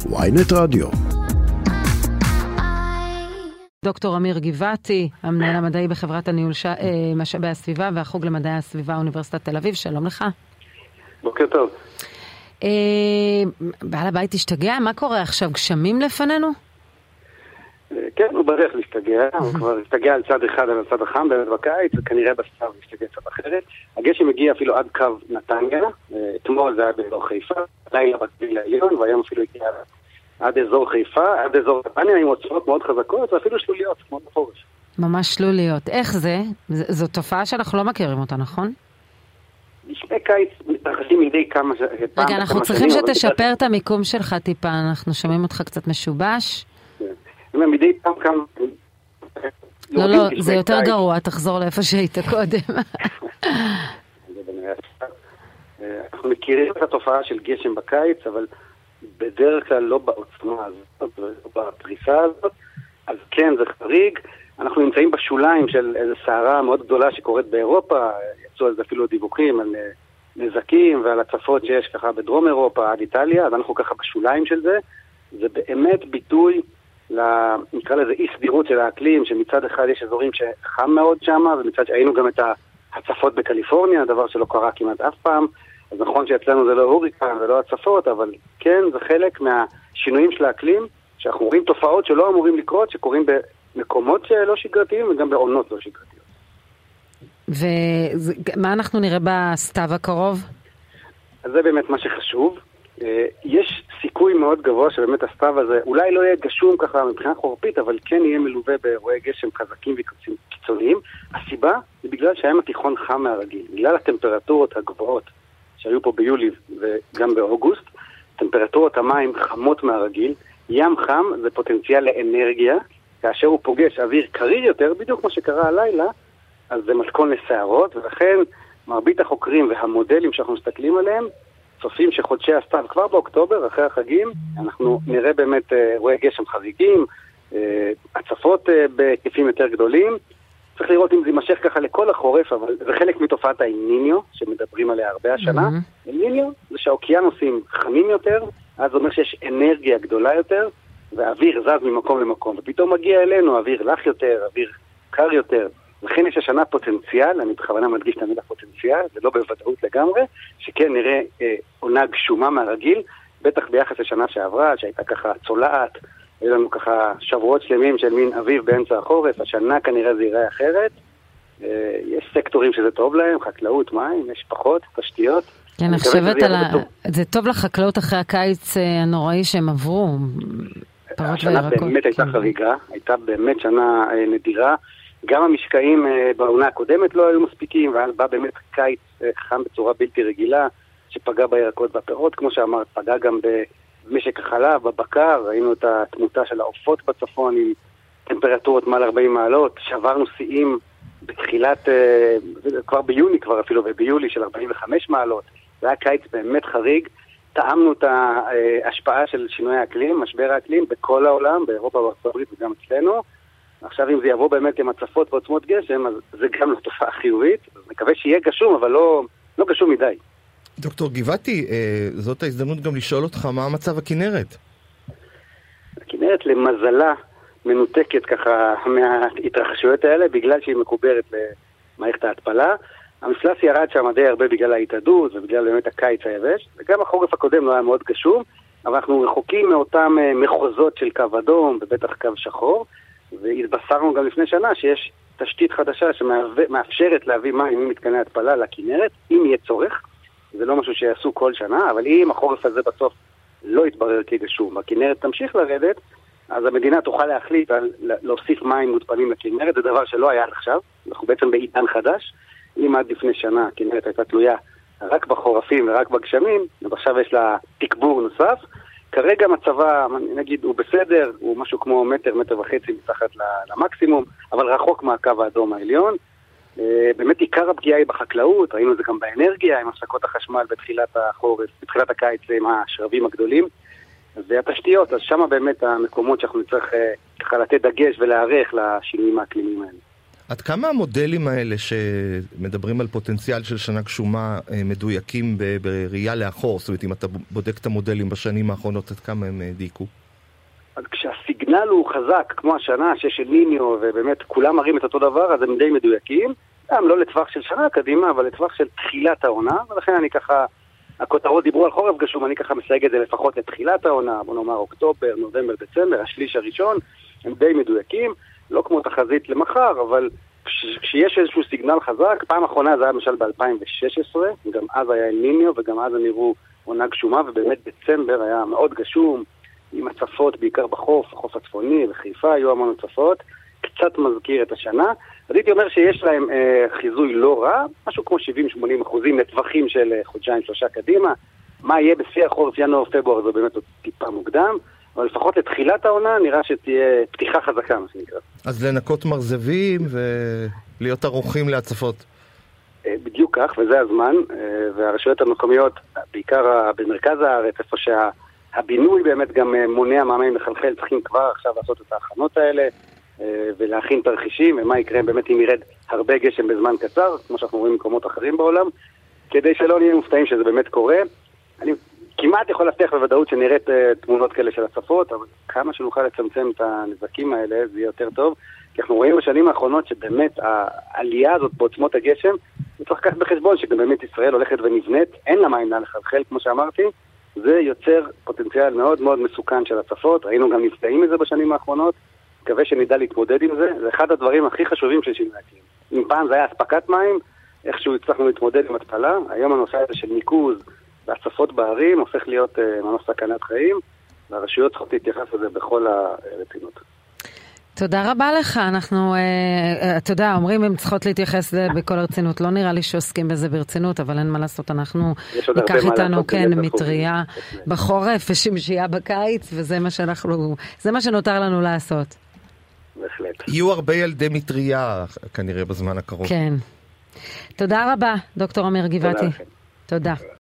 ynet רדיו. דוקטור אמיר גבעתי, המנהל המדעי בחברת הניהול משאבי הסביבה והחוג למדעי הסביבה אוניברסיטת תל אביב, שלום לך. בוקר טוב. בעל הבית השתגע, מה קורה עכשיו? גשמים לפנינו? כן, הוא בדרך להשתגע, הוא כבר השתגע על צד אחד, על הצד החם בקיץ, וכנראה בסתיו להשתגע קצת אחרת. הגשם הגיע אפילו עד קו נתניה, אתמול זה היה באזור חיפה, לילה בגליל העליון, והיום אפילו הגיע עד אזור חיפה, עד אזור נתניה, עם עוצמות מאוד חזקות, ואפילו שלוליות, כמו בחורש. ממש שלוליות. איך זה? זו תופעה שאנחנו לא מכירים אותה, נכון? גשמי קיץ מתרחשים מדי כמה פעם. רגע, אנחנו צריכים שתשפר את המיקום שלך טיפה, אנחנו שומעים אותך קצת משובש. מדי פעם כמה... לא, זה יותר גרוע, תחזור לאיפה שהיית קודם. אנחנו מכירים את התופעה של גשם בקיץ, אבל בדרך כלל לא בעוצמה הזאת, לא בפריסה הזאת, אז כן, זה חריג. אנחנו נמצאים בשוליים של איזו סערה מאוד גדולה שקורית באירופה, יצאו על זה אפילו דיווחים על נזקים ועל הצפות שיש ככה בדרום אירופה עד איטליה, אז אנחנו ככה בשוליים של זה. זה באמת ביטוי, נקרא לזה אי סדירות של האקלים, שמצד אחד יש אזורים שחם מאוד שם, ומצד שהיינו גם את הצפות בקליפורניה, דבר שלא קרה כמעט אף פעם. אז נכון שאצלנו זה לא הוריקן ולא הצפות, אבל כן, זה חלק מהשינויים של האקלים, שאנחנו רואים תופעות שלא אמורים לקרות, שקורים במקומות שלא שגרתיים וגם בעונות לא שגרתיות. ומה אנחנו נראה בסתיו הקרוב? אז זה באמת מה שחשוב. יש סיכוי מאוד גבוה שבאמת הסתיו הזה אולי לא יהיה גשום ככה מבחינה חורפית, אבל כן יהיה מלווה באירועי גשם חזקים וקיצוניים. הסיבה היא בגלל שהים התיכון חם מהרגיל, בגלל הטמפרטורות הגבוהות שהיו פה ביולי וגם באוגוסט. טמפרטורות המים חמות מהרגיל, ים חם זה פוטנציאל לאנרגיה, כאשר הוא פוגש אוויר קריר יותר, בדיוק כמו שקרה הלילה, אז זה מתכון לסערות, ולכן מרבית החוקרים והמודלים שאנחנו מסתכלים עליהם, צופים שחודשי הסתיו כבר באוקטובר, אחרי החגים, אנחנו נראה באמת אירועי גשם חריגים, הצפות בהיקפים יותר גדולים. צריך לראות אם זה יימשך ככה לכל החורף, אבל זה חלק מתופעת האלניניו, שמדברים עליה הרבה השנה. אלניניו זה שהאוקיינוסים חמים יותר, אז זה אומר שיש אנרגיה גדולה יותר, והאוויר זז ממקום למקום, ופתאום מגיע אלינו אוויר לח יותר, אוויר קר יותר. לכן יש השנה פוטנציאל, אני בכוונה מדגיש את המילה פוטנציאל, זה לא בוודאות לגמרי, שכן נראה עונה גשומה מהרגיל, בטח ביחס לשנה שעברה, שהייתה ככה צולעת, היו לנו ככה שבועות שלמים של מין אביב באמצע החורף, השנה כנראה זה ייראה אחרת. יש סקטורים שזה טוב להם, חקלאות, מים, יש פחות, תשתיות. כן, אני חושבת זה טוב לחקלאות אחרי הקיץ הנוראי שהם עברו. השנה באמת הייתה חריגה, הייתה באמת שנה נדירה. גם המשקעים בעונה הקודמת לא היו מספיקים, ואז בא באמת קיץ חם בצורה בלתי רגילה, שפגע בירקות והפירות, כמו שאמרת, פגע גם במשק החלב, בבקר, ראינו את התמותה של העופות בצפון עם טמפרטורות מעל 40 מעלות, שברנו שיאים בתחילת, כבר ביוני כבר אפילו, וביולי של 45 מעלות, זה היה קיץ באמת חריג, טעמנו את ההשפעה של שינוי האקלים, משבר האקלים בכל העולם, באירופה ובארצות הברית וגם אצלנו. עכשיו אם זה יבוא באמת עם הצפות ועוצמות גשם, אז זה גם לא תופעה חיובית, אז נקווה שיהיה גשום, אבל לא גשום מדי. דוקטור גבעתי, זאת ההזדמנות גם לשאול אותך מה המצב הכנרת. הכנרת למזלה מנותקת ככה מההתרחשויות האלה, בגלל שהיא מקוברת למערכת ההתפלה. המפלס ירד שם די הרבה בגלל ההתאדות ובגלל באמת הקיץ היבש, וגם החורף הקודם לא היה מאוד גשום, אבל אנחנו רחוקים מאותם מחוזות של קו אדום ובטח קו שחור, והתבשרנו גם לפני שנה שיש תשתית חדשה שמאפשרת להביא מים ממתקני התפלה לכנרת, אם יהיה צורך. זה לא משהו שיעשו כל שנה, אבל אם החורף הזה בסוף לא יתברר כגשום, הכנרת תמשיך לרדת, אז המדינה תוכל להחליט על להוסיף מים מותפלים לכנרת, זה דבר שלא היה עד עכשיו, אנחנו בעצם בעידן חדש. אם עד לפני שנה הכנרת הייתה תלויה רק בחורפים ורק בגשמים, ועכשיו יש לה תקבור נוסף. כרגע מצבה, נגיד, הוא בסדר, הוא משהו כמו מטר וחצי מתחת למקסימום, אבל רחוק מהקו האדום העליון. באמת עיקר הפגיעה היא בחקלאות, ראינו את זה גם באנרגיה, עם הפסקות החשמל בתחילת החורף, בתחילת הקיץ עם השרבים הגדולים. זה התשתיות, אז שם באמת המקומות שאנחנו נצטרך ככה לתת דגש ולהערך לשינויים האקלימיים האלה. עד כמה המודלים האלה שמדברים על פוטנציאל של שנה גשומה מדויקים בראייה לאחור? זאת אומרת, אם אתה בודק את המודלים בשנים האחרונות, עד כמה הם דייקו? אז כשהסיגנל הוא חזק, כמו השנה, שיש אל ניניו, ובאמת כולם מראים את אותו דבר, אז הם די מדויקים. גם לא לטווח של שנה קדימה, אבל לטווח של תחילת העונה, ולכן אני ככה, הכותרות דיברו על חורף גשום, אני ככה מסייג את זה לפחות לתחילת העונה, בוא נאמר אוקטובר, נובמבר, דצמבר, השליש הראשון, הם די מדויקים, לא כמו תחזית למחר, אבל כשיש איזשהו סיגנל חזק, פעם האחרונה זה היה למשל ב-2016, גם אז היה אל ניניו, וגם אז נראו עונה גשומה, ובאמת דצמבר היה מאוד גשום, עם הצפות בעיקר בחוף, החוף הצפוני וחיפה, היו המון הצפות, קצת מזכיר את השנה. אז הייתי אומר שיש להם חיזוי לא רע, משהו כמו 70-80% לטווחים של חודשיים-שלושה קדימה. מה יהיה בשיא החורף ינואר-פברואר, זה באמת עוד טיפה מוקדם, אבל לפחות לתחילת העונה נראה שתהיה פתיחה חזקה, מה שנקרא. אז לנקות מרזבים ולהיות ערוכים להצפות. בדיוק כך, וזה הזמן, והרשויות המקומיות, בעיקר במרכז הארץ, איפה שהבינוי באמת גם מונע מהמים לחלחל, צריכים כבר עכשיו לעשות את ההכנות האלה, ולהכין תרחישים, ומה יקרה באמת אם ירד הרבה גשם בזמן קצר, כמו שאנחנו רואים במקומות אחרים בעולם, כדי שלא נהיה מופתעים שזה באמת קורה. אני כמעט יכול להבטיח בוודאות שנראית תמונות כאלה של הצפות, אבל כמה שנוכל לצמצם את הנזקים האלה, זה יהיה יותר טוב, כי אנחנו רואים בשנים האחרונות שבאמת העלייה הזאת בעוצמות הגשם, צריך לקחת בחשבון שגם באמת ישראל הולכת ונבנית, אין לה מים לחלחל, כמו שאמרתי, זה יוצר פוטנציאל מאוד מאוד מסוכן של הצפות, ראינו גם נפגעים מזה בשנים האחרונות, מקווה שנדע להתמודד עם זה, זה אחד הדברים הכי חשובים של שינוי האקלים. אם פעם זה היה אספקת מים, איכשהו הצלחנו להתמודד עם התפלה, היום הנושא הזה של ניקוז והצפות בערים הופך להיות ממש סכנת חיים, והרשויות צריכות להתייחס לזה בכל הרצינות. תודה רבה לך, אנחנו, אתה יודע, אומרים הם צריכות להתייחס לזה בכל הרצינות, לא נראה לי שעוסקים בזה ברצינות, אבל אין מה לעשות, אנחנו ניקח איתנו, כן, מטריה בחורף ושמשייה בקיץ, וזה מה שאנחנו, זה מה שנותר לנו לעשות. בהחלט. יהיו הרבה ילדי מטריה כנראה בזמן הקרוב. כן. תודה רבה, דוקטור אמיר גבעתי. תודה.